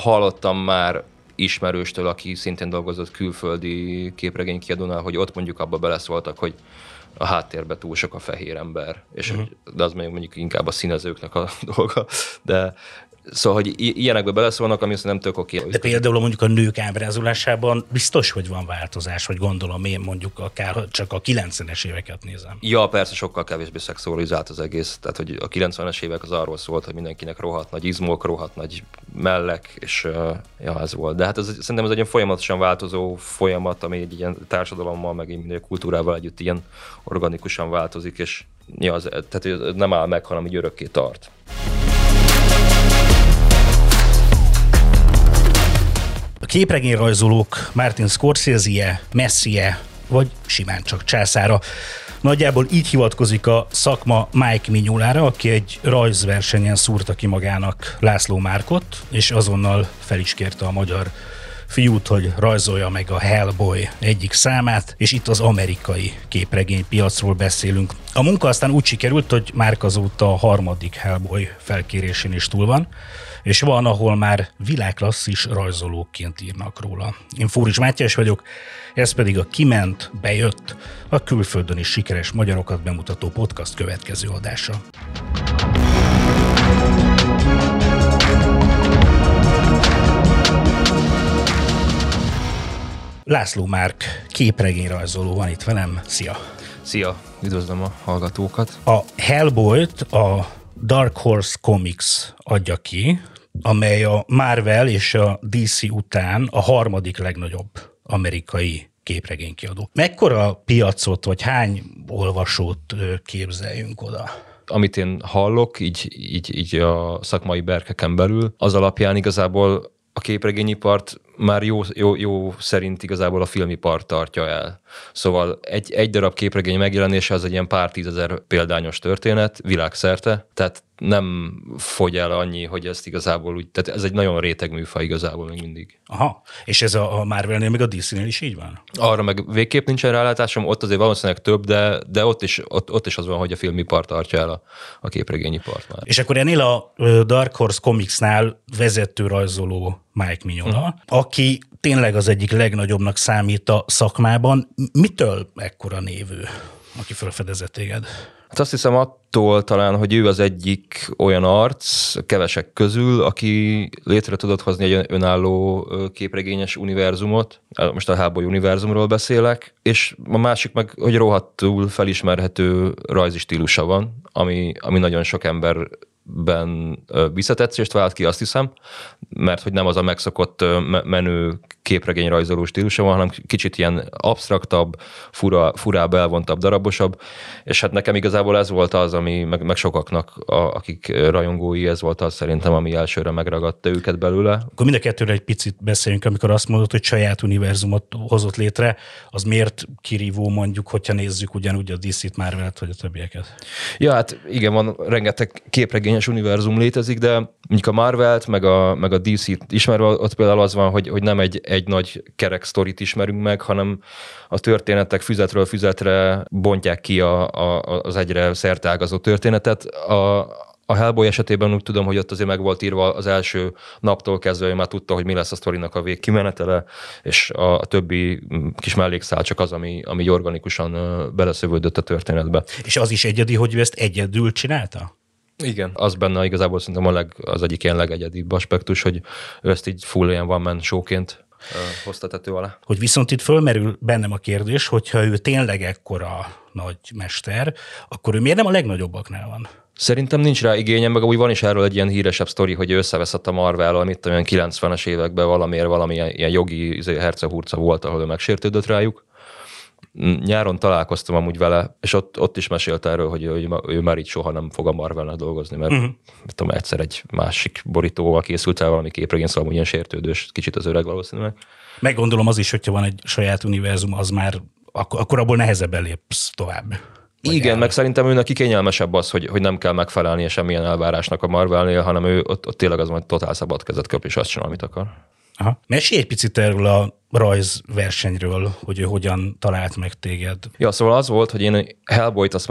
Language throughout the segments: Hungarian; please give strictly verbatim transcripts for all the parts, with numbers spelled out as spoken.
hallottam már ismerőstől, aki szintén dolgozott külföldi képregénykiadónál, hogy ott mondjuk abba beleszóltak, hogy a háttérben túl sok a fehér ember, és uh-huh. de az még mondjuk inkább a színezőknek a dolga, de szóval, hogy ilyenekbe beleszólnak, ami nem tök oké. De például mondjuk a nők ábrázolásában biztos, hogy van változás, vagy gondolom én mondjuk akár csak a kilencvenes éveket nézem. Ja, persze sokkal kevésbé szexualizált az egész, tehát hogy a kilencvenes évek az arról szólt, hogy mindenkinek rohadt nagy izmok, rohadt nagy mellek, és uh, ja, ez volt. De hát ez, szerintem ez egy ilyen folyamatosan változó folyamat, ami egy ilyen társadalommal, meg egy kultúrával együtt ilyen organikusan változik, és ja, az, tehát nem áll meg, hanem így örökké tart. A képregényrajzolók Martin Scorsese, Messie, vagy simán csak császára. Nagyjából így hivatkozik a szakma Mike Mignolára, aki egy rajzversenyen szúrta ki magának László Márkot, és azonnal fel is kérte a magyar fiút, hogy rajzolja meg a Hellboy egyik számát, és itt az amerikai képregénypiacról beszélünk. A munka aztán úgy sikerült, hogy Márk azóta a harmadik Hellboy felkérésén is túl van, és van, ahol már világklasszis rajzolóként írnak róla. Én Fóris Mátyás vagyok, ez pedig a Kiment, bejött, a külföldön is sikeres magyarokat bemutató podcast következő adása. László Márk, képregényrajzoló van itt velem. Szia! Szia! Üdvözlöm a hallgatókat! A Hellboyt a Dark Horse Comics adja ki, amely a Marvel és a dé cé után a harmadik legnagyobb amerikai képregénykiadó. Mekkora piacot, vagy hány olvasót képzeljünk oda? Amit én hallok, így, így, így a szakmai berkeken belül, az alapján igazából a képregényipart már jó, jó, jó szerint igazából a filmipar tartja el. Szóval egy, egy darab képregény megjelenése az egy ilyen pár tízezer példányos történet világszerte, tehát nem fogy el annyi, hogy ezt igazából úgy, tehát ez egy nagyon réteg műfaj igazából még mindig. Aha, és ez a, a Marvelnél meg a dé cénél is így van? Arra meg végképp nincsen rálátásom, ott azért valószínűleg több, de, de ott, is, ott, ott is az van, hogy a filmipar tartja el a, a képregényipart már. És akkor ennél a Dark Horse Comicsnál vezető rajzoló Mike Mignola, uh-huh. aki tényleg az egyik legnagyobbnak számít a szakmában. Mitől ekkora névű, aki felfedezett téged? Hát azt hiszem attól talán, hogy ő az egyik olyan arc kevesek közül, aki létre tudott hozni egy önálló képregényes univerzumot. Most a Hellboy univerzumról beszélek, és a másik meg, hogy rohadtul felismerhető rajzi stílusa van, ami, ami nagyon sok ember ben visszatetszést vált ki, azt hiszem, mert hogy nem az a megszokott menő képregényrajzoló stílusa van, hanem kicsit ilyen absztraktabb, fura, furább, elvontabb, darabosabb, és hát nekem igazából ez volt az, ami meg, meg sokaknak, a, akik rajongói, ez volt az szerintem, ami elsőre megragadta őket belőle. Akkor mind a kettőre egy picit beszéljünk, amikor azt mondod, hogy saját univerzumot hozott létre, az miért kirívó mondjuk, hogyha nézzük ugyanúgy a dé cét, Marvelt, vagy a többieket? Ja, hát igen, van rengeteg képregényes univerzum létezik, de mondjuk a Marvelt, meg a, meg a dé cét ismerve, ott például az van, hogy, hogy nem egy, egy nagy kerek sztorit ismerünk meg, hanem a történetek füzetről füzetre bontják ki a, a, az egyre szerteágazó történetet. A, a Hellboy esetében úgy tudom, hogy ott azért meg volt írva az első naptól kezdve, hogy már tudta, hogy mi lesz a sztorinak a végkimenetele, és a, a többi kis mellékszál csak az, ami, ami organikusan beleszövődött a történetbe. És az is egyedi, hogy ő ezt egyedül csinálta? Igen, az benne igazából szerintem a leg, az egyik ilyen legegyedibb aspektus, hogy ő ezt így full ilyen one-man showként uh, hozta tető alá. Hogy viszont itt fölmerül bennem a kérdés, hogyha ő tényleg ekkora nagy mester, akkor ő miért nem a legnagyobbaknál van? Szerintem nincs rá igényem, meg úgy van is erről egy ilyen híresebb sztori, hogy összeveszett a Marvel-al, amit olyan kilencvenes években valamiért valamilyen ilyen jogi hercehurca volt, ahol ő megsértődött rájuk. Nyáron találkoztam amúgy vele, és ott, ott is mesélt erről, hogy ő, ő már így soha nem fog a Marvelnál dolgozni, mert uh-huh. tudom, egyszer egy másik borítóval készült el valami képregény, szóval ilyen sértődős, kicsit az öreg valószínűleg. Meggondolom az is, hogyha van egy saját univerzum, az már, akkor, akkor abból nehezebben lépsz tovább. Igen, el... meg szerintem őnek kikényelmesebb az, hogy, hogy nem kell megfelelnie semmilyen elvárásnak a Marvelnél, hanem ő ott, ott tényleg az van, hogy totál szabad kezet kap, és azt csinál, amit akar. Aha. Mesélj egy picit erről a rajzversenyről, hogy ő hogyan talált meg téged. Ja, szóval az volt, hogy én Hellboyt azt már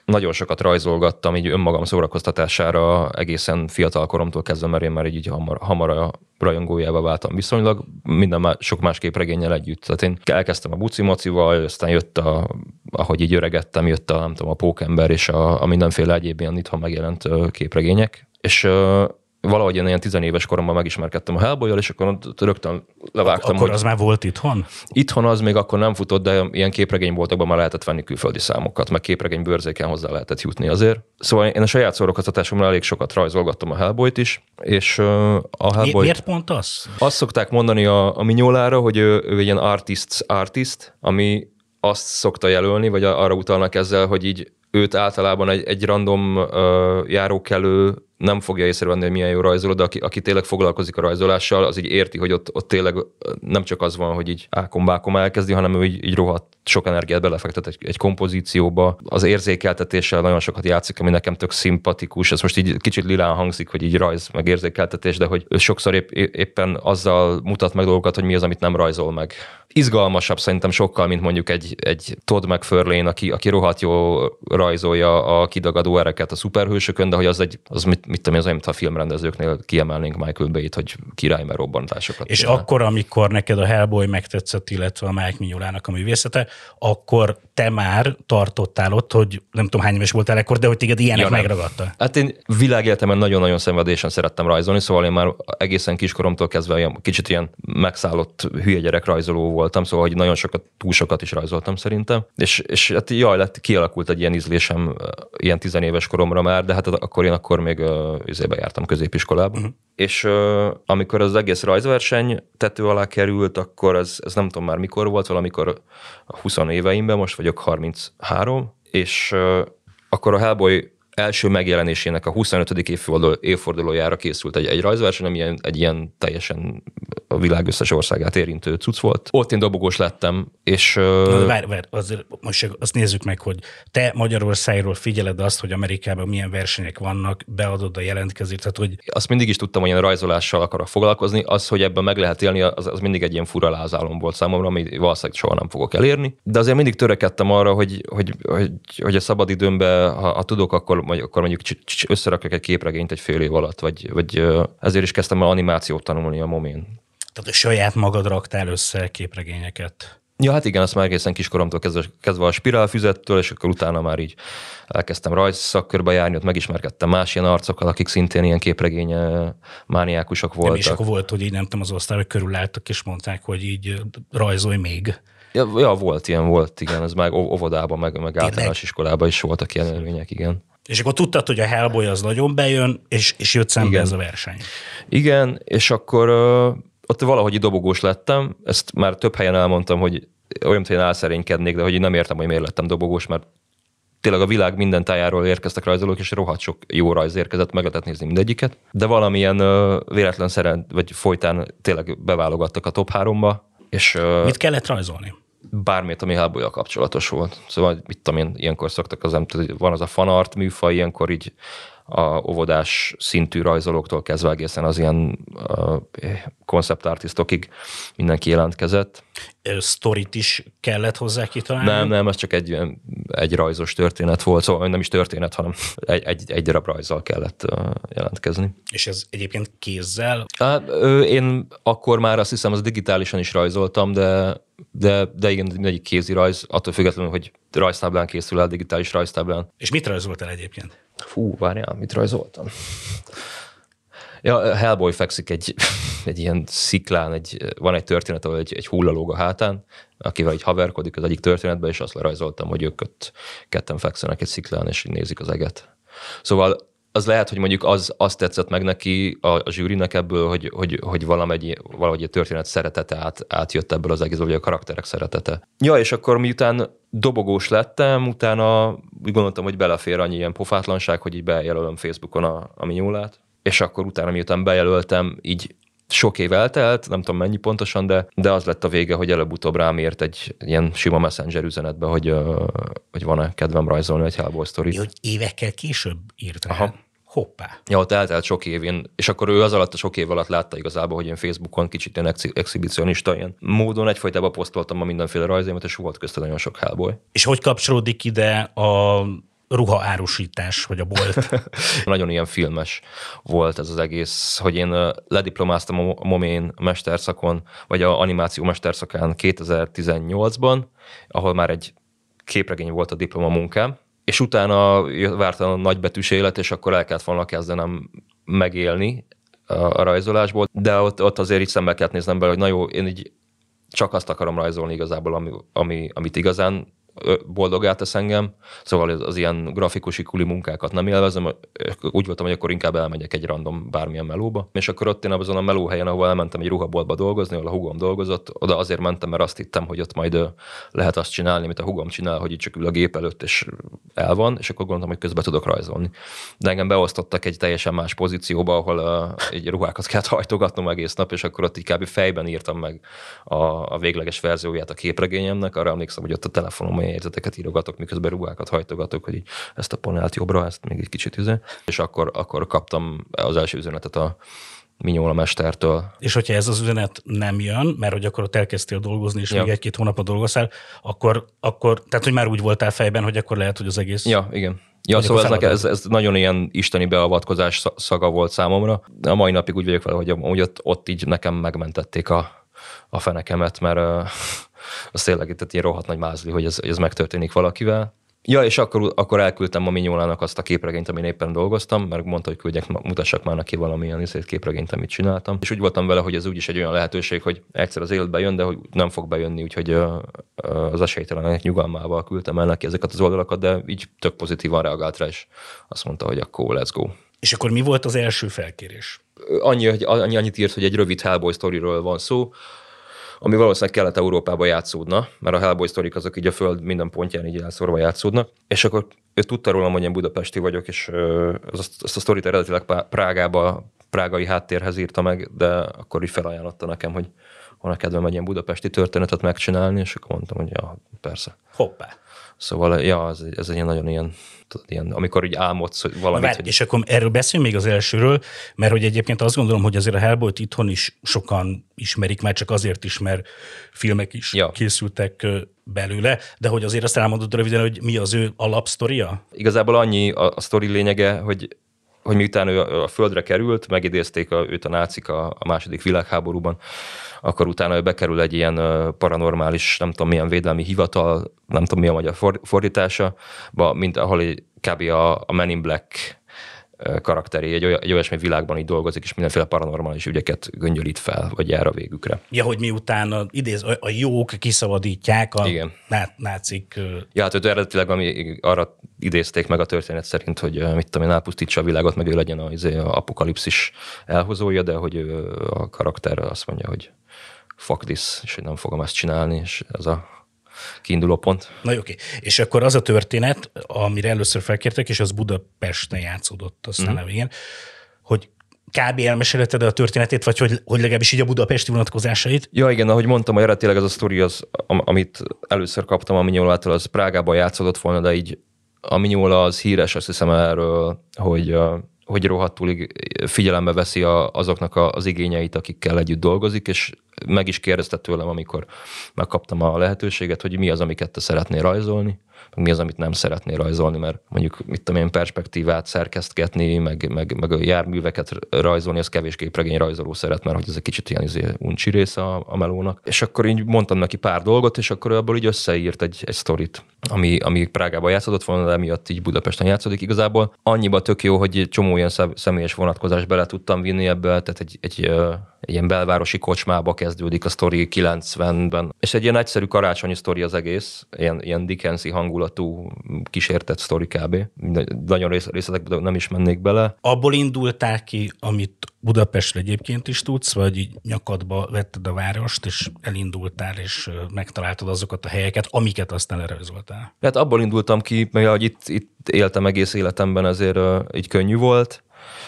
nagyon sokat rajzolgattam így önmagam szórakoztatására egészen fiatal koromtól kezdve, mert én már így hamar, hamar a rajongójába váltam viszonylag, minden más, sok más képregénnyel együtt. Tehát én elkezdtem a Buci Mocival, aztán jött a, ahogy így öregettem, jött a, nem tudom, a Pókember és a, a mindenféle egyéb ilyen itthon megjelent képregények. És valahogy én ilyen tizenéves koromban megismerkedtem a Hellboy-jal, és akkor rögtön levágtam. Akkor az már volt itthon? Itthon az még akkor nem futott, de ilyen képregényboltokban már lehetett venni külföldi számokat, meg képregény bőrzéken hozzá lehetett jutni azért. Szóval én a saját szórakoztatásomra elég sokat rajzolgattam a Hellboyt is, és a Hellboy... Miért pont az? Azt szokták mondani a, a Mignolára, hogy ő, ő egy ilyen artist's artist, ami azt szokta jelölni, vagy arra utalnak ezzel, hogy így őt általában egy, egy random uh, járókelő nem fogja észrevenni, hogy milyen jó rajzoló, de aki, aki tényleg foglalkozik a rajzolással, az így érti, hogy ott, ott tényleg nem csak az van, hogy így ákom-bákom elkezdi, hanem ő így, így rohadt sok energiát belefektet egy, egy kompozícióba. Az érzékeltetéssel nagyon sokat játszik, ami nekem tök szimpatikus. Ez most így kicsit lilán hangzik, hogy így rajz meg érzékeltetés, de hogy ő sokszor épp, éppen azzal mutat meg dolgokat, hogy mi az, amit nem rajzol meg. Izgalmasabb szerintem sokkal, mint mondjuk egy, egy Todd McFarlane, aki, aki rohadt jó rajzolja a kidagadó ereket a szuperhősökön, de hogy az egy, az mit, mit tudom, az olyan, mint a filmrendezőknél kiemelnénk Michael Bay-t, hogy király, mert robbantásokat. És csinál. akkor, amikor neked a Hellboy megtetszett, illetve a Mike Mignolának a művészete, akkor te már tartottál ott, hogy nem tudom hány éves voltál ekkor, de hogy téged ilyenek ja, megragadta. Hát én világéletemben nagyon-nagyon szenvedésen szerettem rajzolni, szóval én már egészen kiskoromtól kezdve ilyen, kicsit ilyen megszállott hülye gyerek rajzoló voltam, szóval hogy nagyon sokat, túl sokat is rajzoltam szerintem. És, és hát jaj, lett, kialakult egy ilyen ízlésem ilyen tizenéves koromra már, de hát akkor én akkor még üzébe jártam középiskolába. Uh-huh. És uh, amikor az egész rajzverseny tető alá került, akkor ez, ez nem tudom már mikor volt, valamikor a húsz éveimben, most vagyok harminchárom, és uh, akkor a Hellboy első megjelenésének a huszonötödik évforduló, évfordulójára készült egy, egy rajzverseny, ami ilyen, egy ilyen teljesen a világ összes országát érintő cucc volt. Ott én dobogós lettem, és... Na, várj, várj, azért most azt nézzük meg, hogy te Magyarországról figyeled azt, hogy Amerikában milyen versenyek vannak, beadod a jelentkezést, tehát hogy... Azt mindig is tudtam, hogy ilyen rajzolással akarok foglalkozni, az, hogy ebben meg lehet élni, az, az mindig egy ilyen fura lázálom volt számomra, ami valószínűleg soha nem fogok elérni. De azért mindig törekedtem arra, hogy, hogy, hogy, hogy a szabadidőmben, ha, ha tudok, akkor akkor mondjuk összerakjak egy képregényt egy fél év alatt, vagy, vagy ezért is kezdtem el animációt tanulni a momén. Tehát a saját magad raktál össze képregényeket. Ja, hát igen, azt már egészen kiskoromtól kezdve, kezdve a spirálfüzettől, és akkor utána már így elkezdtem rajzszakkörbe járni, ott megismerkedtem más ilyen arcokkal, akik szintén ilyen képregény mániákusok voltak. Nem, és akkor volt, hogy így nem tudom, az osztályok körülálltak, és mondták, hogy így rajzolj még. Ja, ja, volt ilyen, volt, igen, ez meg óvodában, meg, meg általános iskolában is voltak ilyen élmények, igen. És akkor tudtad, hogy a Hellboy az nagyon bejön, és, és jött szembe igen. ez a verseny. Igen, és akkor uh, ott valahogy dobogós lettem, ezt már több helyen elmondtam, hogy olyan, mint hogy én elszerénykednék, de hogy nem értem, hogy miért lettem dobogós, mert tényleg a világ minden tájáról érkeztek rajzolók, és rohadt sok jó rajz érkezett, meg lehetett nézni mindegyiket. De valamilyen uh, véletlen szerint, vagy folytán tényleg beválogattak a top háromba. És, uh, mit kellett rajzolni? Bármit, ami Hellboy-jal kapcsolatos volt. Szóval mit tudom én, ilyenkor szoktak az, van az a fanart műfaj, ilyenkor így a óvodás szintű rajzolóktól kezdve egészen az ilyen konceptartistokig mindenki jelentkezett. Sztorit is kellett hozzá kitalálni? Nem, nem, ez csak egy, egy rajzos történet volt, szóval nem is történet, hanem egy, egy, egy darab rajzzal kellett jelentkezni. És ez egyébként kézzel? Hát, én akkor már azt hiszem, az digitálisan is rajzoltam, de De, de igen, mindegyik kézi rajz, attól függetlenül, hogy rajztáblán készül el, digitális rajztáblán. És mit rajzoltál egyébként? Fú, várjál, mit rajzoltam? Ja, Hellboy fekszik egy, egy ilyen sziklán, egy, van egy történet, ahol egy, egy hulla lóg a hátán, akivel így haverkodik az egyik történetben, és azt lerajzoltam, hogy ők ott ketten fekszenek egy sziklán, és így nézik az eget. Szóval az lehet, hogy mondjuk az, az tetszett meg neki a, a zsűrinek ebből, hogy, hogy, hogy valamegy, valahogy a történet szeretete át, átjött ebből az egészből, vagy a karakterek szeretete. Ja, és akkor miután dobogós lettem, utána úgy gondoltam, hogy belefér annyi ilyen pofátlanság, hogy így bejelölöm Facebookon a, a Mignolát, és akkor utána miután bejelöltem, így sok év eltelt, nem tudom mennyi pontosan, de, de az lett a vége, hogy előbb-utóbb rám ért egy ilyen sima messenger üzenetbe, hogy, hogy van-e kedvem rajzolni egy Hellboy sztorit. Hogy évekkel később írt rá. Aha. Hoppá. Ja, ott eltelt sok év, én, és akkor ő az alatt a sok év alatt látta igazából, hogy én Facebookon kicsit ilyen ex- exhibicionista ilyen módon egyfajtában posztoltam a mindenféle rajzaimat, és volt közte nagyon sok Hellboy. És hogy kapcsolódik ide a ruhaárusítás, vagy a bolt. Nagyon ilyen filmes volt ez az egész, hogy én lediplomáztam a Momén mesterszakon, vagy a animáció mesterszakán kétezer-tizennyolcban, ahol már egy képregény volt a diplomamunkám, és utána vártam a nagybetűs élet, és akkor el kellett volna kezdenem megélni a rajzolásból, de ott, ott azért így szembe kellett néznem bele, hogy na jó, én így csak azt akarom rajzolni igazából, ami, ami, amit igazán boldogá tesz engem, szóval az, az ilyen grafikusi kuli munkákat nem élvezem, úgy voltam, hogy akkor inkább elmegyek egy random bármilyen melóba, és akkor ott én azon a melóhelyen, ahol elmentem egy ruhaboltba dolgozni, ahol a hugom dolgozott, oda azért mentem, mert azt hittem, hogy ott majd lehet azt csinálni, amit a hugom csinál, hogy itt csak ül a gép előtt, és el van, és akkor gondoltam, hogy közben tudok rajzolni. De engem beosztottak egy teljesen más pozícióba, ahol egy ruhákat kellett hajtogatnom egész nap, és akkor ott így kb. Fejben írtam meg a, a végleges verzióját a képregényemnek. Arra emlékszem, hogy ott a telefonomon jegyzeteket írogatok, miközben ruhákat hajtogatok, hogy ezt a panelt jobbra, ezt még egy kicsit üzé. És akkor, akkor kaptam az első üzenetet a Mignola mestertől. És hogyha ez az üzenet nem jön, mert hogy akkor ott elkezdtél dolgozni, és ja. még egy-két hónapot dolgoztál, akkor, akkor, tehát hogy már úgy voltál fejben, hogy akkor lehet, hogy az egész... Ja, igen. Ja, szóval ez, ez, ez nagyon ilyen isteni beavatkozás szaga volt számomra. A mai napig úgy vagyok vele, hogy, hogy ott, ott így nekem megmentették a, a fenekemet, mert uh, az tényleg itt ilyen rohadt nagy mázli, hogy ez, ez megtörténik valakivel. Ja, és akkor, akkor elküldtem a Mignolának azt a képregényt, amin éppen dolgoztam, mert mondta, hogy küldjek, mutassak már neki valamilyen izét képregényt, amit csináltam. És úgy voltam vele, hogy ez úgyis egy olyan lehetőség, hogy egyszer az életbe jön, de hogy nem fog bejönni, úgyhogy az esélytelenek nyugalmával küldtem el neki ezeket az oldalakat, de így tök pozitívan reagált rá, és azt mondta, hogy akkor let's go. És akkor mi volt az első felkérés? Annyi, hogy, annyi, annyit írt, hogy egy rövid Hellboy sztoriról van szó, ami valószínűleg Kelet-Európában játszódna, mert a Hellboy sztorik azok így a föld minden pontján így elszórva játszódnak. És akkor ő tudta rólam, hogy én budapesti vagyok, és azt a sztorit eredetileg Prágába, prágai háttérhez írta meg, de akkor így felajánlotta nekem, hogy van a kedvem egy ilyen budapesti történetet megcsinálni, és akkor mondtam, hogy ja, persze. Hoppá. Szóval, ja, ez, ez egy ilyen nagyon ilyen, tudod, ilyen, amikor így álmodsz hogy valamit. Vár, hogy... És akkor erről beszéljünk még az elsőről, mert hogy egyébként azt gondolom, hogy azért a Hellboyt itthon is sokan ismerik, már csak azért is, mert filmek is ja. készültek belőle, de hogy azért azt elmondod röviden, hogy mi az ő alapsztoria? Igazából annyi a, a sztori lényege, hogy hogy miután ő a földre került, megidézték a, őt a nácik a, a második világháborúban, akkor utána ő bekerül egy ilyen paranormális, nem tudom milyen védelmi hivatal, nem tudom mi a magyar fordítása, mint ahol kb. a, a Men in Black karakteri egy, egy olyasmi világban így dolgozik, és mindenféle paranormális ügyeket göngyölít fel, vagy jár a végükre. Ja, hogy miután a, idéz, a jók kiszabadítják a Igen. Ná, nácik... Ja, hát őt eredetileg ami arra idézték meg a történet szerint, hogy mit tudom én, elpusztítsa a világot, meg ő legyen az apokalipszis elhozója, de hogy ő, a karakter azt mondja, hogy fuck this, és hogy nem fogom ezt csinálni, és ez a kiinduló pont. Na jó, oké. És akkor az a történet, amire először felkértek, és az Budapesten játszódott aztán mm-hmm. a végén, hogy kb. Elmesélheted a történetét, vagy hogy, hogy legalábbis így a budapesti vonatkozásait? Ja, igen, ahogy mondtam, hogy eredetileg ez a sztori, az, amit először kaptam a Mignolától, az Prágában játszódott volna, de így a Mignola az híres, azt hiszem erről, hogy, hogy rohadtul figyelembe veszi a, azoknak az igényeit, akikkel együtt dolgozik, és meg is kérdezte tőlem, amikor megkaptam a lehetőséget, hogy mi az, amiket te szeretnél rajzolni, meg mi az, amit nem szeretnél rajzolni, mert mondjuk mit tudom én, perspektívát szerkesztgetni, meg, meg, meg a járműveket rajzolni, az kevés képregény rajzoló szeret, mert hogy ez egy kicsit ilyen izé, uncsi része a, a melónak. És akkor így mondtam neki pár dolgot, és akkor abból így összeírt egy, egy sztorit, ami, ami Prágában játszódott volna, de emiatt így Budapesten játszódik igazából. Annyiba tök jó, hogy egy csomó ilyen személyes vonatkozást bele tudtam vinni ebbe, tehát egy, egy, egy, egy ilyen belvárosi kocsmába kezdődik a sztori kilencvenben. És egy ilyen egyszerű karácsonyi sztori az egész, ilyen, ilyen Dickensi hangulatú kísértett sztori kb. Nagyon részletekben nem is mennék bele. Abból indultál ki, amit Budapestre egyébként is tudsz, vagy így nyakadba vetted a várost, és elindultál, és megtaláltad azokat a helyeket, amiket aztán lerajzoltál? Hát abból indultam ki, mert ahogy itt, itt éltem egész életemben, ezért uh, így könnyű volt.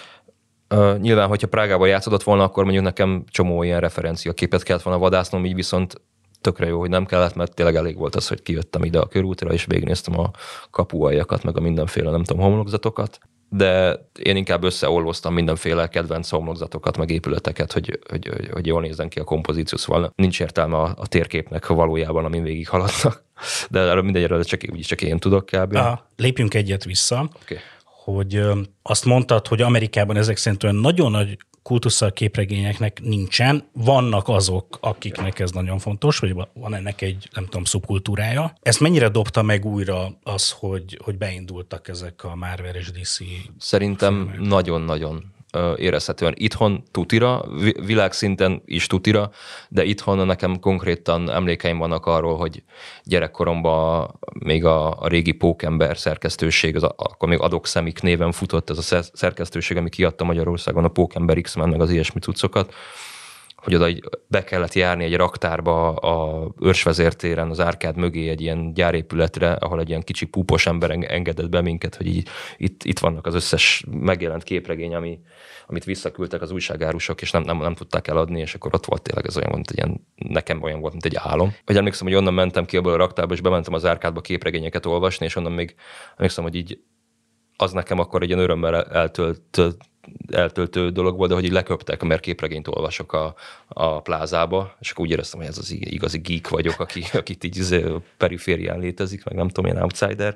Uh, nyilván, hogyha Prágában játszódott volna, akkor mondjuk nekem csomó ilyen referenciaképet kellett volna vadásznom, így viszont tökre jó, hogy nem kellett, mert tényleg elég volt az, hogy kijöttem ide a körútra, és végignéztem a kapualjakat, meg a mindenféle, nem tudom, homlokzatokat. de én inkább összeolvoztam mindenféle kedvenc homlokzatokat, meg épületeket, hogy, hogy, hogy, hogy jól nézzen ki a kompozíció, szóval nincs értelme a, a térképnek valójában, amin végig haladnak. De erről mindegyről csak, úgyis csak én tudok kb. Aha, lépjünk egyet vissza, okay. hogy ö, azt mondtad, hogy Amerikában ezek szerint olyan nagyon nagy kultusza a képregényeknek nincsen. Vannak azok, akiknek ez nagyon fontos, vagy van ennek egy, nem tudom, szubkultúrája. Ezt mennyire dobta meg újra az, hogy, hogy beindultak ezek a Marvel és dé cé? Szerintem filmek? Nagyon-nagyon érezhetően. Itthon tutira, világszinten is tutira, de itthon nekem konkrétan emlékeim vannak arról, hogy gyerekkoromban még a, a régi Pókember szerkesztőség, az, akkor még Adok Szemik néven futott ez a szerkesztőség, ami kiadta Magyarországon a Pókember X-Men, meg az ilyesmi cuccokat, hogy oda így be kellett járni egy raktárba a Őrsvezértéren, az árkád mögé egy ilyen gyárépületre, ahol egy ilyen kicsi púpos ember engedett be minket, hogy így, itt, itt vannak az összes megjelent képregény, ami, amit visszaküldtek az újságárusok, és nem, nem, nem tudták eladni, és akkor ott volt tényleg ez olyan, mint egy ilyen, nekem olyan volt, mint egy álom. Vagy emlékszem, hogy onnan mentem ki abból a raktárba, és bementem az árkádba képregényeket olvasni, és onnan még emlékszem, hogy így az nekem akkor egy ilyen örömmel eltölt eltöltő dolog volt, de hogy így leköptek, mert képregényt olvasok a, a plázába, és akkor úgy éreztem, hogy ez az igazi geek vagyok, aki, akit így periférián létezik, meg nem tudom, ilyen outsider.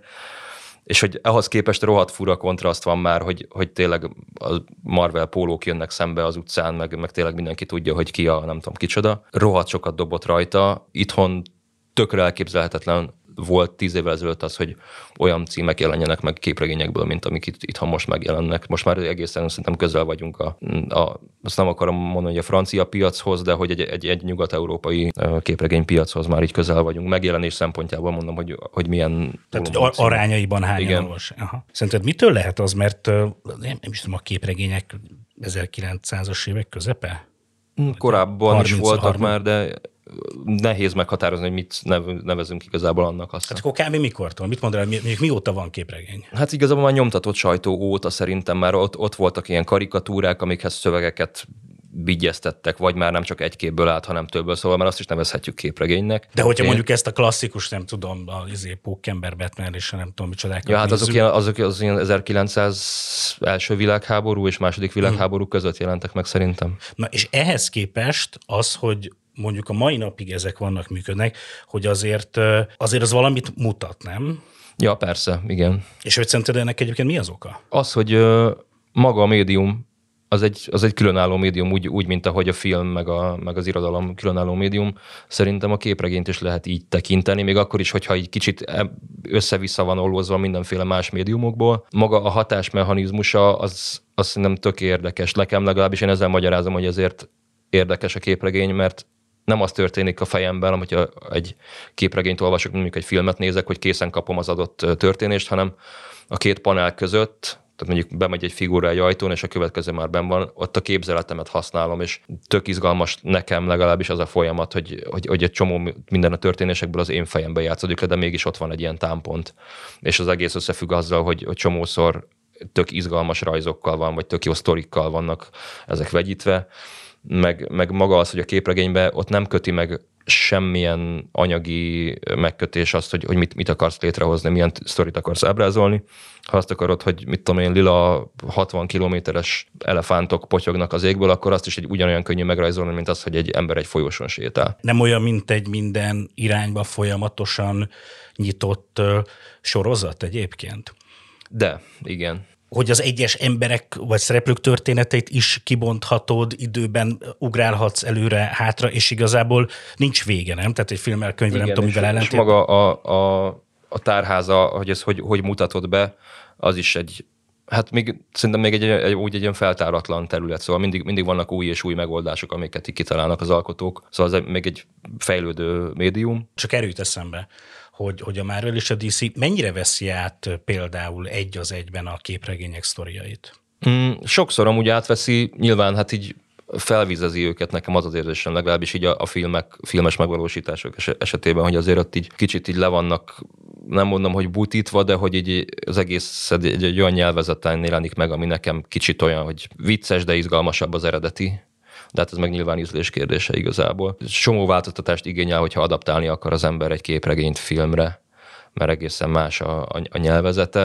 És hogy ahhoz képest rohadt fura kontraszt van már, hogy, hogy tényleg a Marvel pólók jönnek szembe az utcán, meg, meg tényleg mindenki tudja, hogy ki a nem tudom kicsoda. Rohadt sokat dobott rajta. Itthon tökre elképzelhetetlen volt tíz évvel ezelőtt az, hogy olyan címek jelenjenek meg képregényekből, mint amik itt, itthon most megjelennek. Most már egészen szerintem közel vagyunk a, a azt nem akarom mondani, hogy a francia piachoz, de hogy egy, egy, egy nyugat-európai képregénypiachoz már így közel vagyunk. Megjelenés szempontjából mondom, hogy, hogy milyen... Tehát, hogy arányaiban hányan olvas. Aha. Szerinted mitől lehet az, mert nem, nem is tudom, a képregények ezerkilencszázas évek közepe? Korábban harminc, is voltak harminc már, de nehéz meghatározni, hogy mit nevezünk igazából annak. Aztán. Hát akkor kb. Mikortól? Mit mondanál, mi, mióta van képregény? Hát igazából már nyomtatott sajtó óta szerintem már ott, ott voltak ilyen karikatúrák, amikhez szövegeket vigyeztettek, vagy már nem csak egy képből állt, hanem többből, szóval már azt is nevezhetjük képregénynek. De hogyha Én... mondjuk ezt a klasszikus, nem tudom, az izé, Pókember, Batman és nem tudom, micsodákat ja, hát azok, ilyen, azok az ilyen ezerkilencszáz első világháború és második világháború hmm. között jelentek meg szerintem. Na és ehhez képest az, hogy mondjuk a mai napig ezek vannak, működnek, hogy azért, azért az valamit mutat, nem? Ja, persze, igen. És hogy szerinted ennek egyébként mi az oka? Az, hogy uh, maga a médium, az egy, az egy különálló médium, úgy, úgy mint ahogy a film, meg, a, meg az irodalom különálló médium. Szerintem a képregényt is lehet így tekinteni, még akkor is, hogyha egy kicsit össze-vissza van olvozva mindenféle más médiumokból. Maga a hatásmechanizmusa, az, az szerintem tök érdekes. Nekem legalábbis én ezzel magyarázom, hogy ezért érdekes a képregény, mert nem az történik a fejemben, hogyha egy képregényt olvasok, mondjuk egy filmet nézek, hogy készen kapom az adott történést, hanem a két panel között, tehát mondjuk bemegy egy figura egy ajtón, és a következő már benn van, ott a képzeletemet használom, és tök izgalmas nekem legalábbis az a folyamat, hogy, hogy, hogy egy csomó minden a történésekből az én fejemben játszódik le, de mégis ott van egy ilyen támpont. És az egész összefügg azzal, hogy, hogy csomószor tök izgalmas rajzokkal van, vagy tök jó sztorikkal vannak ezek vegyítve, meg, meg maga az, hogy a képregényben ott nem köti meg semmilyen anyagi megkötés azt, hogy, hogy mit, mit akarsz létrehozni, milyen sztorit akarsz ábrázolni. Ha azt akarod, hogy mit tudom én, lila hatvan kilométeres elefántok potyognak az égből, akkor azt is egy ugyanolyan könnyű megrajzolni, mint az, hogy egy ember egy folyosón sétál. Nem olyan, mint egy minden irányba folyamatosan nyitott uh, sorozat egyébként? De, igen. Hogy az egyes emberek vagy szereplők történeteit is kibonthatod, időben ugrálhatsz előre, hátra, és igazából nincs vége, nem? Tehát egy filmmel, könyvvel nem tudom, mivel ellentét. És maga a, a, a tárháza, hogy ez hogy, hogy mutatod be, az is egy, hát még, szerintem még egy, egy, úgy egy ilyen feltáratlan terület, szóval mindig, mindig vannak új és új megoldások, amiket kitalálnak az alkotók, szóval ez még egy fejlődő médium. Csak erőt eszembe, hogy, hogy a Marvel és a dé cé mennyire veszi át például egy az egyben a képregények sztoriait? Mm, sokszor amúgy átveszi, nyilván hát így felvizezi őket, nekem az az érzésem, legalábbis így a, a filmek, filmes megvalósítások esetében, hogy azért ott így kicsit így le vannak, nem mondom, hogy butítva, de hogy így az egész egy, egy, egy olyan nyelvezeten jelenik meg, ami nekem kicsit olyan, hogy vicces, de izgalmasabb az eredeti. De hát ez meg nyilván ízlés kérdése igazából. Somó változtatást igényel, hogyha adaptálni akar az ember egy képregényt filmre, mert egészen más a, a, a nyelvezete.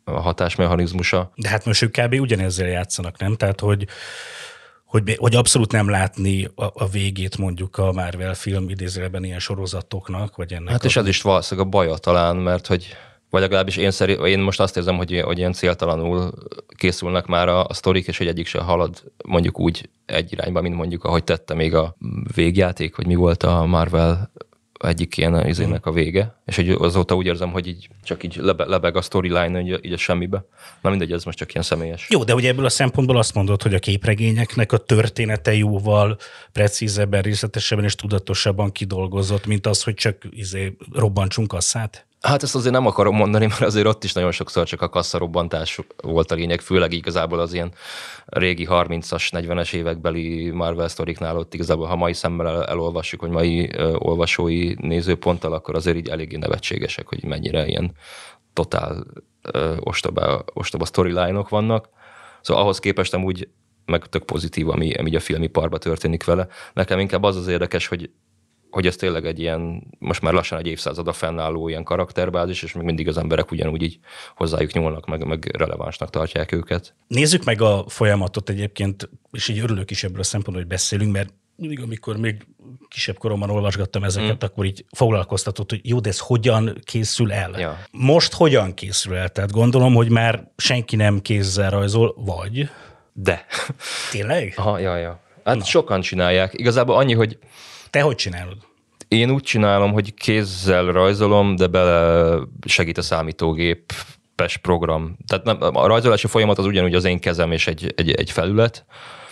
hatásmechanizmusa. De hát most ők kb. Ugyanezzel játszanak, nem? Tehát, hogy Hogy, hogy abszolút nem látni a, a végét mondjuk a Marvel film idézőjelben ilyen sorozatoknak, vagy ennek. Hát és ez is valószínűleg a baja talán, mert hogy, vagy legalábbis én, szerint, én most azt érzem, hogy, hogy ilyen céltalanul készülnek már a, a sztorik, és hogy egyik se halad mondjuk úgy egy irányba, mint mondjuk ahogy tette még a végjáték, hogy mi volt a Marvel egyik ilyen izének a vége, és hogy azóta úgy érzem, hogy így csak így lebe, lebeg a storyline így, így a semmibe. Na mindegy, ez most csak ilyen személyes. Jó, de ugye ebből a szempontból azt mondod, hogy a képregényeknek a története jóval precízebben, részletesebben és tudatosabban kidolgozott, mint az, hogy csak izé robbantsunk kasszát? Hát ezt azért nem akarom mondani, mert azért ott is nagyon sokszor csak a kasszarobbantás volt a lényeg, főleg igazából az ilyen régi harmincas, negyvenes évekbeli Marvel sztoriknál ott igazából, ha mai szemmel el, elolvassuk, vagy mai ö, olvasói nézőponttal, akkor azért így eléggé nevetségesek, hogy mennyire ilyen totál ö, ostoba, ostoba storyline-ok vannak. Szóval ahhoz képest amúgy meg tök pozitív, ami, ami a filmiparban történik vele. Nekem inkább az az érdekes, hogy hogy ez tényleg egy ilyen, most már lassan egy évszázada fennálló ilyen karakterbázis, és még mindig az emberek ugyanúgy így hozzájuk nyúlnak, meg, meg relevánsnak tartják őket. Nézzük meg a folyamatot egyébként, és így örülök is ebből a szempontból, hogy beszélünk, mert mindig, amikor még kisebb koromban olvasgattam ezeket, mm. akkor így foglalkoztatott, hogy jó, de ez hogyan készül el? Ja. Most hogyan készül el? Tehát gondolom, hogy már senki nem kézzel rajzol, vagy? De. Tényleg? Aha, ja, ja. Hát Na. sokan csinálják. Igazából annyi, hogy te hogy csinálod? Én úgy csinálom, hogy kézzel rajzolom, de bele segít a számítógépes program. Tehát nem, a rajzolási folyamat az ugyanúgy az én kezem és egy, egy, egy felület,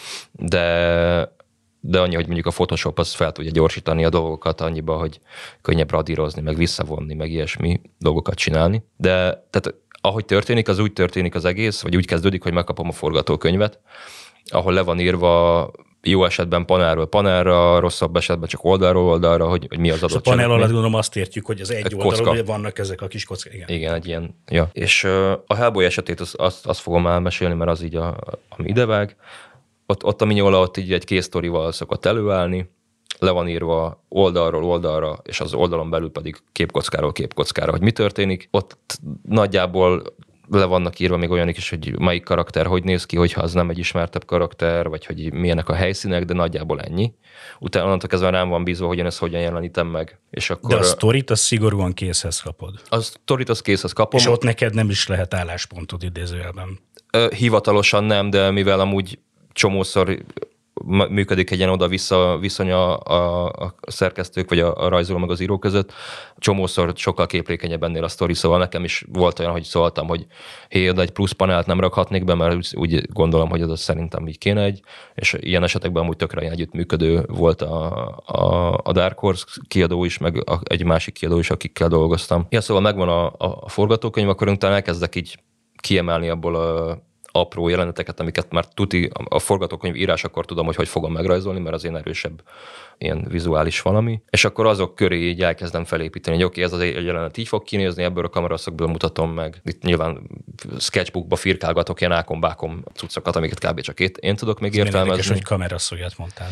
de, de annyi, hogy mondjuk a Photoshop az fel tudja gyorsítani a dolgokat annyiba, hogy könnyebb radírozni, meg visszavonni, meg ilyesmi dolgokat csinálni. De tehát ahogy történik, az úgy történik az egész, vagy úgy kezdődik, hogy megkapom a forgatókönyvet, ahol le van írva jó esetben panelről panelra, rosszabb esetben csak oldalról oldalra, hogy, hogy mi az adott. És a panel alatt gondolom azt értjük, hogy az egy, egy oldalon hogy vannak ezek a kis kockák. Igen. Igen, egy ilyen. Ja. És uh, a Hellboy esetét azt, azt, azt fogom elmesélni, mert az így, a, ami idevág. Ott, ott a Mignola ott így egy kész sztorival szokott előállni, le van írva oldalról oldalra, és az oldalon belül pedig képkockáról képkockára, hogy mi történik. Ott nagyjából le vannak írva még olyanik is, hogy melyik karakter hogy néz ki, hogyha az nem egy ismertebb karakter, vagy hogy milyenek a helyszínek, de nagyjából ennyi. Utána onnantól kezdve rám van bízva, hogy én ezt hogyan jelenítem meg. És akkor de a sztorit az szigorúan készhez kapod. A sztorit az készhez kapom. És ott neked nem is lehet álláspontod idézőjelben. Hivatalosan nem, de mivel amúgy csomószor működik egy ilyen oda-vissza viszony a, a, a szerkesztők, vagy a, a rajzoló meg az író között. Csomószor sokkal képlékenyebb ennél a sztori, szóval nekem is volt olyan, hogy szóltam, hogy hé, oda egy plusz panelt nem rakhatnék be, mert úgy, úgy gondolom, hogy az szerintem így kéne egy, és ilyen esetekben amúgy tökre együttműködő volt a, a, a Dark Horse kiadó is, meg a, egy másik kiadó is, akikkel dolgoztam. Ja, szóval megvan a, a, a forgatókönyv, akkor utána elkezdek így kiemelni abból a apró jeleneteket, amiket már tuti, a forgatókönyv írásakor tudom, hogy hogy fogom megrajzolni, mert az én erősebb ilyen vizuális valami. És akkor azok köré így elkezdem felépíteni, hogy oké, okay, ez az egy jelenet így fog kinézni, ebből a kameraszögből mutatom meg. Itt nyilván sketchbookba firkálgatok ilyen ákom-bákom cuccokat, amiket kb. Csak én tudok még ez értelmezni. Ez hogy kameraszöget mondtál.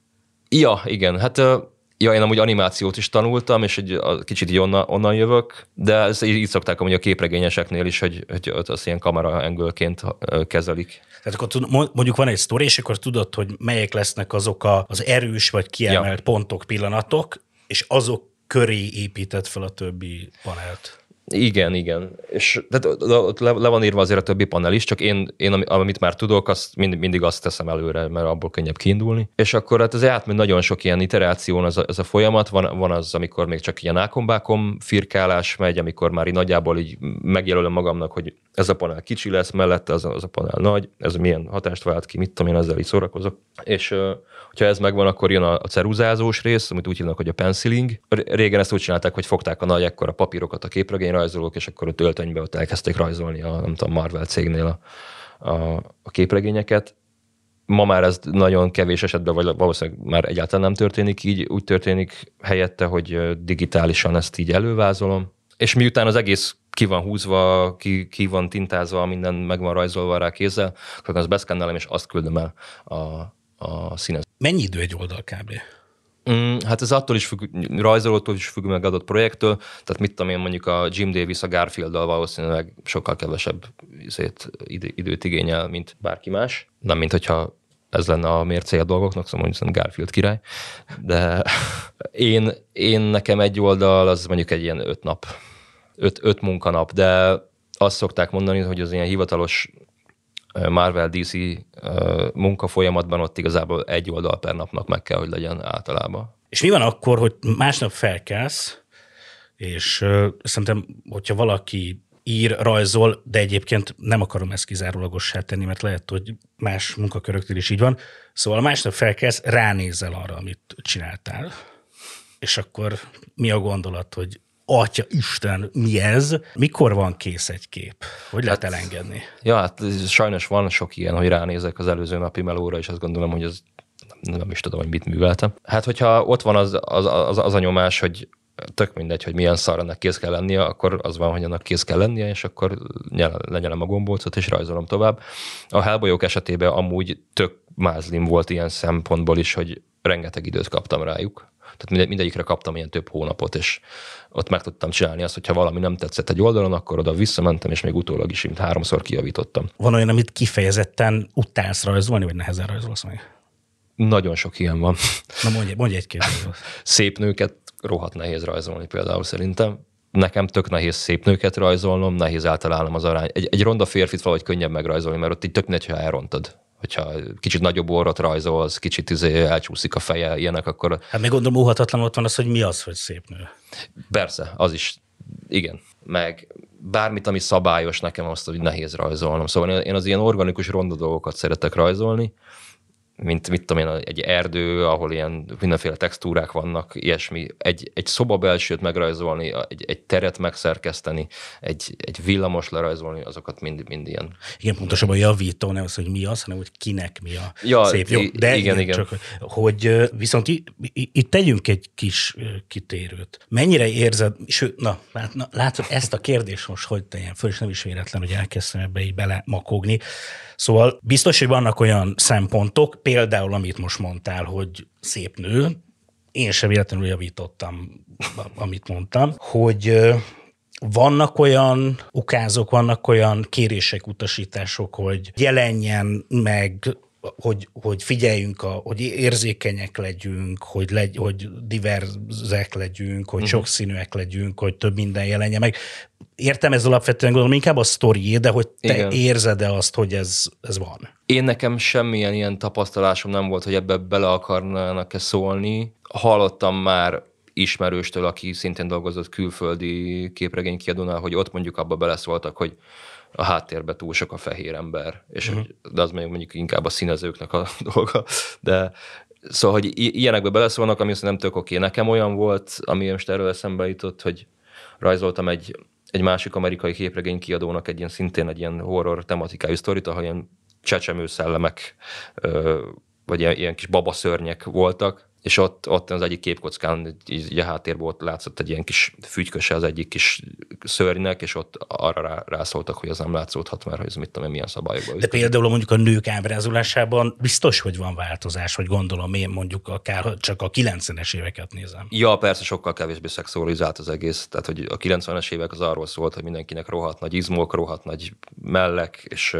Ja, igen, hát ja, én amúgy animációt is tanultam, és egy kicsit így onnan, onnan jövök, de ezt így szokták amúgy a képregényeseknél is, hogy, hogy az ilyen kamera angleként kezelik. Tehát akkor mondjuk van egy sztori, és akkor tudod, hogy melyek lesznek azok a, az erős vagy kiemelt ja. pontok, pillanatok, és azok köré épített fel a többi panelt. Igen, igen. És ott le, le van írva azért a többi panel is, csak én, én amit már tudok, azt mind, mindig azt teszem előre, mert abból könnyebb kiindulni. És akkor hát ez átmegy nagyon sok ilyen iteráción ez a, ez a folyamat. Van, van az, amikor még csak ilyen ákombákom firkálás megy, amikor már így nagyjából így megjelölöm magamnak, hogy ez a panel kicsi lesz, mellette az a, az a panel nagy, ez milyen hatást vált ki, mit tudom én, ezzel így szórakozok. És hogyha ez megvan, akkor jön a, a ceruzázós rész, amit úgy hívnak, hogy a penciling. Régen ezt úgy csinálták, hogy fogták a nagy ekkora papírokat a képregény rajzolók, és akkor a töltönybe ott elkezdték rajzolni a, nem tudom, Marvel cégnél a, a, a képregényeket. Ma már ez nagyon kevés esetben, vagy valószínűleg már egyáltalán nem történik így, úgy történik helyette, hogy digitálisan ezt így elővázolom. És miután az egész ki van húzva, ki, ki van tintázva, minden meg van rajzolva rá kézzel, akkor azt beszkennelem, és azt küldöm el a, a színes. Mennyi idő egy oldal kb? Mm, hát ez attól is függ, rajzolótól is függ, meg adott projektől, tehát mit tudom én, mondjuk a Jim Davis a Garfield-dal valószínűleg sokkal kevesebb izét, idő, időt igényel, mint bárki más. Nem, mint hogyha ez lenne a mércéje a dolgoknak, szóval mondjuk Garfield király. De én, én nekem egy oldal, az mondjuk egy ilyen öt nap, öt, öt munkanap, de azt szokták mondani, hogy az ilyen hivatalos Marvel dé cé munkafolyamatban ott igazából egy oldal per napnak meg kell, hogy legyen általában. És mi van akkor, hogy másnap felkelsz, és uh, szerintem, hogyha valaki ír, rajzol, de egyébként nem akarom ezt kizárólagossá tenni, mert lehet, hogy más munkaköröknél is így van. Szóval másnap felkelsz, ránézel arra, amit csináltál, és akkor mi a gondolat, hogy Atya Isten, mi ez? Mikor van kész egy kép? Hogy lehet hát, elengedni? Ja, hát sajnos van sok ilyen, hogy ránézek az előző napi melóra, és azt gondolom, hogy ez nem, nem is tudom, hogy mit műveltem. Hát, hogyha ott van az, az, az, az a nyomás, hogy tök mindegy, hogy milyen szar ennek kész kell lennie, akkor az van, hogy ennek kész kell lennie, és akkor lenyelem a gombócot, és rajzolom tovább. A Hellboyok esetében amúgy tök mázlim volt ilyen szempontból is, hogy rengeteg időt kaptam rájuk. Tehát mindegyikre kaptam ilyen több hónapot, és ott meg tudtam csinálni azt, hogyha valami nem tetszett egy oldalon, akkor oda visszamentem, és még utólag is mint háromszor kijavítottam. Van olyan, amit kifejezetten utálsz rajzolni, vagy nehezen rajzolsz meg? Nagyon sok ilyen van. Na mondj, mondj egy-két. Szép nőket rohadt nehéz rajzolni például szerintem. Nekem tök nehéz szép nőket rajzolnom, nehéz általálnom az arány. Egy, egy ronda férfit valahogy könnyebb megrajzolni, mert ott így tök mindegy, ha elrontod. Hogyha kicsit nagyobb orrot rajzolsz, kicsit izé elcsúszik a feje, ilyenek, akkor... Hát még gondolom óhatatlan ott van az, hogy mi az, hogy szép nő. Persze, az is. Igen. Meg bármit, ami szabályos, nekem azt, hogy nehéz rajzolnom. Szóval én az ilyen organikus ronda dolgokat szeretek rajzolni, mint mit tudom én, egy erdő, ahol ilyen mindenféle textúrák vannak, ilyesmi. Egy, egy szoba belsőt megrajzolni, egy, egy teret megszerkeszteni, egy, egy villamos lerajzolni, azokat mind, mind ilyen. Igen, pontosabban javító, nem az, hogy mi az, hanem hogy kinek mi a ja, szép. Jó, de igen, igen. Csak, hogy viszont itt tegyünk egy kis kitérőt. Mennyire érzed, sőt, na, na látod, ezt a kérdést most hogy tegyen föl, és nem is véletlen, hogy elkezdtem ebbe így belemakogni. Szóval biztos, hogy vannak olyan szempontok, például, amit most mondtál, hogy szép nő, én sem véletlenül javítottam, amit mondtam, hogy vannak olyan ukázok, vannak olyan kérések, utasítások, hogy jelenjen meg, hogy, hogy figyeljünk, a, hogy érzékenyek legyünk, hogy, legy, hogy diverzek legyünk, hogy uh-huh. sokszínűek legyünk, hogy több minden jelenjen meg. Értem, ez alapvetően gondolom inkább a sztorié, de hogy te Igen. érzed-e azt, hogy ez, ez van? Én nekem semmilyen ilyen tapasztalásom nem volt, hogy ebbe bele akarnának-e szólni. Hallottam már ismerőstől, aki szintén dolgozott külföldi képregénykiadónál, hogy ott mondjuk abba beleszóltak, hogy a háttérben túl sok a fehér ember, és uh-huh. de az mondjuk inkább a színezőknek a dolga. De szóval, hogy ilyenekbe beleszólnak, ami azt nem tök oké. Nekem olyan volt, ami most erről eszembe jutott, hogy rajzoltam egy, egy másik amerikai képregénykiadónak egy ilyen szintén egy ilyen horror tematikájú sztorit, ahol ilyen csecsemő szellemek, vagy ilyen, ilyen kis babaszörnyek voltak, és ott, ott az egyik képkockán így, így a háttérből ott látszott egy ilyen kis fügyköse az egyik kis szörnynek, és ott arra rá, rászóltak, hogy az nem látszódhat, mert hogy ez mit tudom, milyen szabályokban. De például mondjuk a nők ábrázolásában biztos, hogy van változás, hogy gondolom én mondjuk akár csak a kilencvenes éveket nézem. Ja, persze sokkal kevésbé szexualizált az egész. Tehát, hogy a kilencvenes évek az arról szólt, hogy mindenkinek rohadt nagy izmok, rohadt nagy mellek, és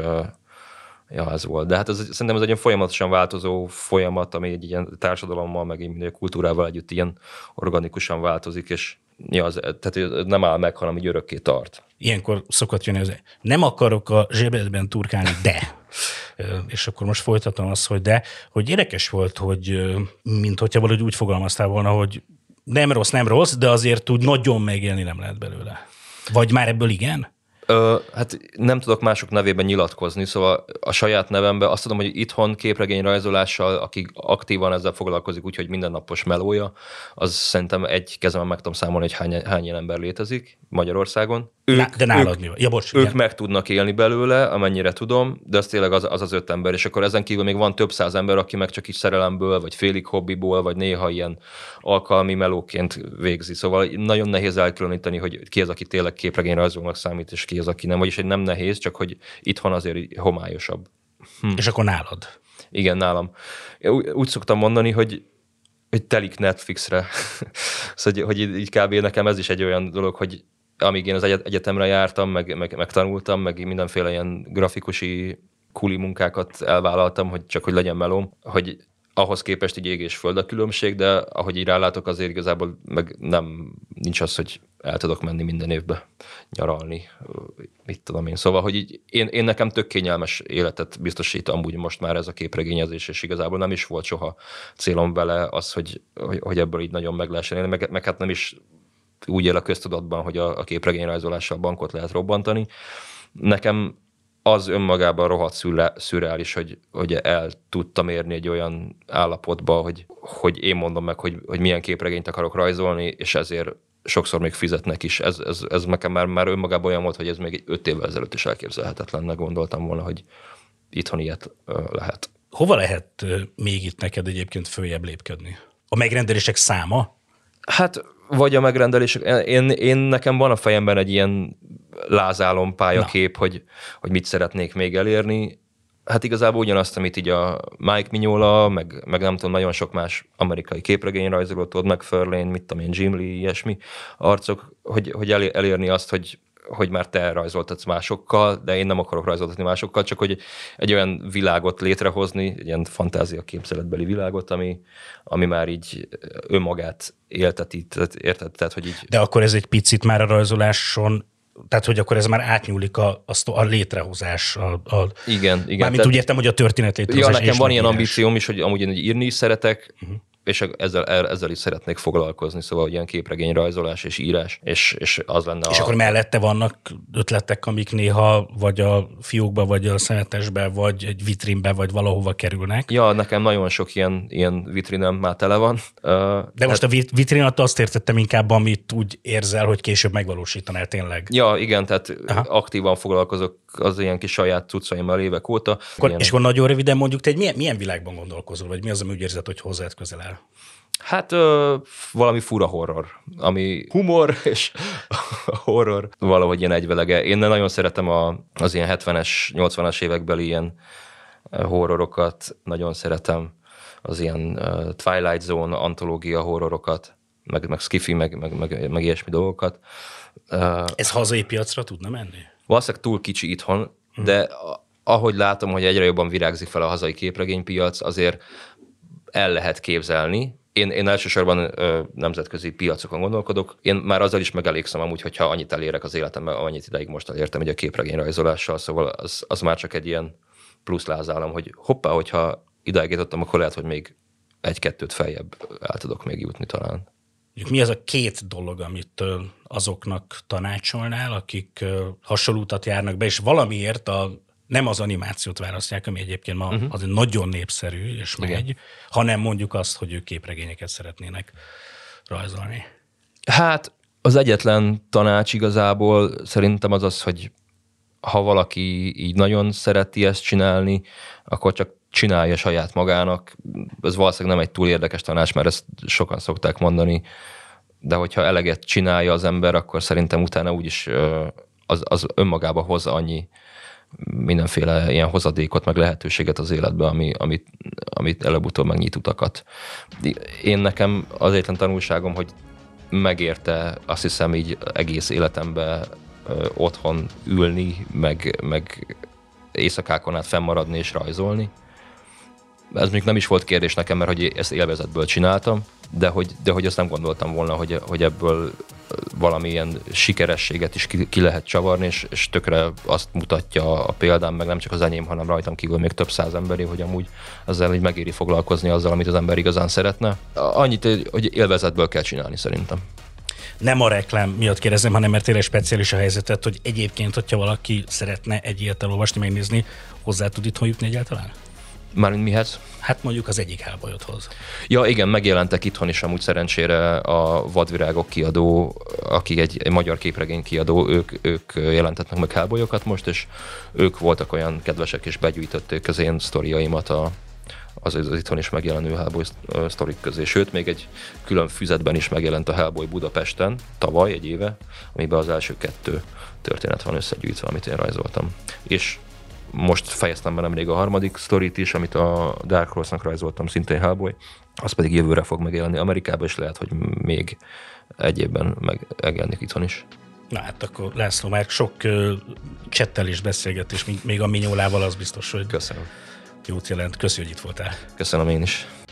ja, ez volt. De hát ez, szerintem ez egy ilyen folyamatosan változó folyamat, ami egy ilyen társadalommal, meg egy kultúrával együtt ilyen organikusan változik, és ja, az, tehát nem áll meg, hanem így örökké tart. Ilyenkor szokott jönni az, nem akarok a zsebedben turkálni, de. És akkor most folytatom azt, hogy de, hogy érdekes volt, hogy mint hogyha valahogy úgy fogalmaztál volna, hogy nem rossz, nem rossz, de azért úgy nagyon megélni nem lehet belőle. Vagy már ebből igen? Ö, hát nem tudok mások nevében nyilatkozni, szóval a saját nevemben azt tudom, hogy itthon képregényrajzolással, aki aktívan ezzel foglalkozik, úgyhogy mindennapos melója, az szerintem egy kezemben meg tudom számolni, hogy hány, hány ilyen ember létezik Magyarországon. Ők, Na, de nálad ők, mi van? Ja, bocs, ők igen. meg tudnak élni belőle, amennyire tudom, de az tényleg az, az az öt ember, és akkor ezen kívül még van több száz ember, aki meg csak így szerelemből, vagy félig hobbiból, vagy néha ilyen alkalmi melóként végzi. Szóval nagyon nehéz elkülöníteni, hogy ki az, aki tényleg képregényrajzolónak számít, és ki az, aki nem. Vagyis, hogy nem nehéz, csak hogy itthon azért homályosabb. Hm. És akkor nálad? Igen, nálam. Úgy, úgy szoktam mondani, hogy hogy telik Netflixre. Szóval, hogy így kb. Nekem ez is egy olyan dolog, hogy amíg én az egyetemre jártam, meg, meg, meg tanultam, meg mindenféle ilyen grafikusi kuli munkákat elvállaltam, hogy csak hogy legyen melóm, hogy ahhoz képest így ég és föld a különbség, de ahogy így rálátok, azért igazából meg nem, nincs az, hogy el tudok menni minden évbe nyaralni, mit tudom én. Szóval, hogy így én, én nekem tök kényelmes életet biztosít amúgy most már ez a képregényezés, és igazából nem is volt soha célom vele az, hogy, hogy, hogy ebből így nagyon meg lehessen élni, meg, meg hát nem is úgy él a köztudatban, hogy a, a képregényrajzolással bankot lehet robbantani. Nekem az önmagában rohadt szürreális, hogy, hogy el tudtam érni egy olyan állapotba, hogy, hogy én mondom meg, hogy, hogy milyen képregényt akarok rajzolni, és ezért sokszor még fizetnek is. Ez, ez, ez nekem már, már önmagában olyan volt, hogy ez még egy öt évvel ezelőtt is elképzelhetetlennek gondoltam volna, hogy itthon ilyet lehet. Hova lehet még itt neked egyébként följebb lépkedni? A megrendelések száma? Hát, vagy a megrendelések. Én, én nekem van a fejemben egy ilyen lázálom pályakép, hogy, hogy mit szeretnék még elérni. Hát igazából ugyanazt, amit így a Mike Mignola, meg, meg nem tudom, nagyon sok más amerikai képregényrajzoló, Todd McFarlane, mit tudom én, Jim Lee, ilyesmi arcok, hogy, hogy elérni azt, hogy hogy már te rajzoltatsz másokkal, de én nem akarok rajzoltatni másokkal, csak hogy egy olyan világot létrehozni, egy ilyen fantázia képzeletbeli világot, ami, ami már így önmagát élteti, érted? Tehát, hogy így... De akkor ez egy picit már a rajzoláson, tehát hogy akkor ez már átnyúlik a, a, a létrehozás. A, a... Igen, igen. Mármint tehát... úgy értem, hogy a történet létrehozás. Ja, nekem van ilyen ambícióm is, hogy amúgy én írni is szeretek, uh-huh. és ezzel, ezzel is szeretnék foglalkozni, szóval ilyen képregényrajzolás és írás, és, és az lenne És a... akkor mellette vannak ötletek, amik néha vagy a fiókba, vagy a szemetesbe, vagy egy vitrínbe, vagy valahova kerülnek. Ja, nekem nagyon sok ilyen, ilyen vitrinem már tele van. De hát... most a vitrin alatt azt értettem inkább, amit úgy érzel, hogy később megvalósítanál tényleg. Ja, igen, tehát Aha. aktívan foglalkozok az ilyen kis saját cuccaimmal évek óta. Akkor, és akkor nagyon röviden mondjuk, te egy milyen, milyen világban gondolkozol, vagy mi az, ami úgy érzed, hogy hozzád közel áll? Hát ö, valami fura horror, ami humor és horror valahogy ilyen egyvelege. Én nagyon szeretem a, az ilyen hetvenes, nyolcvanas évekbeli ilyen horrorokat, nagyon szeretem az ilyen uh, Twilight Zone antológia horrorokat, meg, meg skifi, meg, meg, meg, meg ilyesmi dolgokat. Uh, Ez hazai piacra tudna menni? Valószínűleg túl kicsi itthon, hmm. de ahogy látom, hogy egyre jobban virágzik fel a hazai képregénypiac, azért el lehet képzelni. Én, én elsősorban ö, nemzetközi piacokon gondolkodok. Én már azzal is megelégszem amúgy, hogyha annyit elérek az életemben, annyit ideig most elértem egy a képregényrajzolással, szóval az, az már csak egy ilyen plusz lázálom, hogy hoppá, hogyha ideig jutottam, akkor lehet, hogy még egy-kettőt feljebb el tudok még jutni talán. Mi az a két dolog, amit azoknak tanácsolnál, akik hasonló utat járnak be, és valamiért a, nem az animációt választják, ami egyébként ma uh-huh. azért nagyon népszerű, és megy, Igen. hanem mondjuk azt, hogy ők képregényeket szeretnének rajzolni. Hát az egyetlen tanács igazából szerintem az az, hogy ha valaki így nagyon szereti ezt csinálni, akkor csak csinálja saját magának. Ez valószínűleg nem egy túl érdekes tanács, mert ezt sokan szokták mondani, de hogyha eleget csinálja az ember, akkor szerintem utána úgyis az, az önmagába hoz annyi mindenféle ilyen hozadékot, meg lehetőséget az életbe, ami, amit, amit előbb-utóbb megnyit utakat. Én nekem az egyetlen tanulságom, hogy megérte azt hiszem így egész életemben otthon ülni, meg, meg éjszakákon át fennmaradni és rajzolni. Ez mondjuk nem is volt kérdés nekem, mert hogy ezt élvezetből csináltam, de hogy, de hogy azt nem gondoltam volna, hogy, hogy ebből valamilyen sikerességet is ki, ki lehet csavarni, és, és tökre azt mutatja a példám, meg nem csak az enyém, hanem rajtam kívül még több száz emberi, hogy amúgy ezzel így megéri foglalkozni azzal, amit az ember igazán szeretne. Annyit, hogy élvezetből kell csinálni szerintem. Nem a reklám miatt kérdezem, hanem mert tényleg speciális a helyzetet, hogy egyébként, hogyha valaki szeretne egy ilyet elolvasni, megnézni, hozzá tud itthon jutni egyáltalán? Mármint mihez? Hát mondjuk az egyik Hellboyodhoz. Ja, igen, megjelentek itthon is amúgy szerencsére a Vadvirágok kiadó, aki egy, egy magyar képregény kiadó, ők, ők jelentetnek meg Hellboyokat most, és ők voltak olyan kedvesek, és begyűjtötték az én sztoriaimat a, az, az itthon is megjelenő Hellboy sztorik közé. Sőt, még egy külön füzetben is megjelent a Hellboy Budapesten, tavaly, egy éve, amiben az első kettő történet van összegyűjtve, amit én rajzoltam. És most fejeztem be nemrég a harmadik sztorit is, amit a Dark Horse-nak rajzoltam, szintén Hellboy. Az pedig jövőre fog megjelenni Amerikában, és lehet, hogy még egy évben megjelenik itthon is. Na hát akkor László, már sok uh, csettelés, beszélgetés, még a Minyólával, az biztos, hogy Köszönöm. jót jelent. Köszi, hogy itt voltál. Köszönöm én is.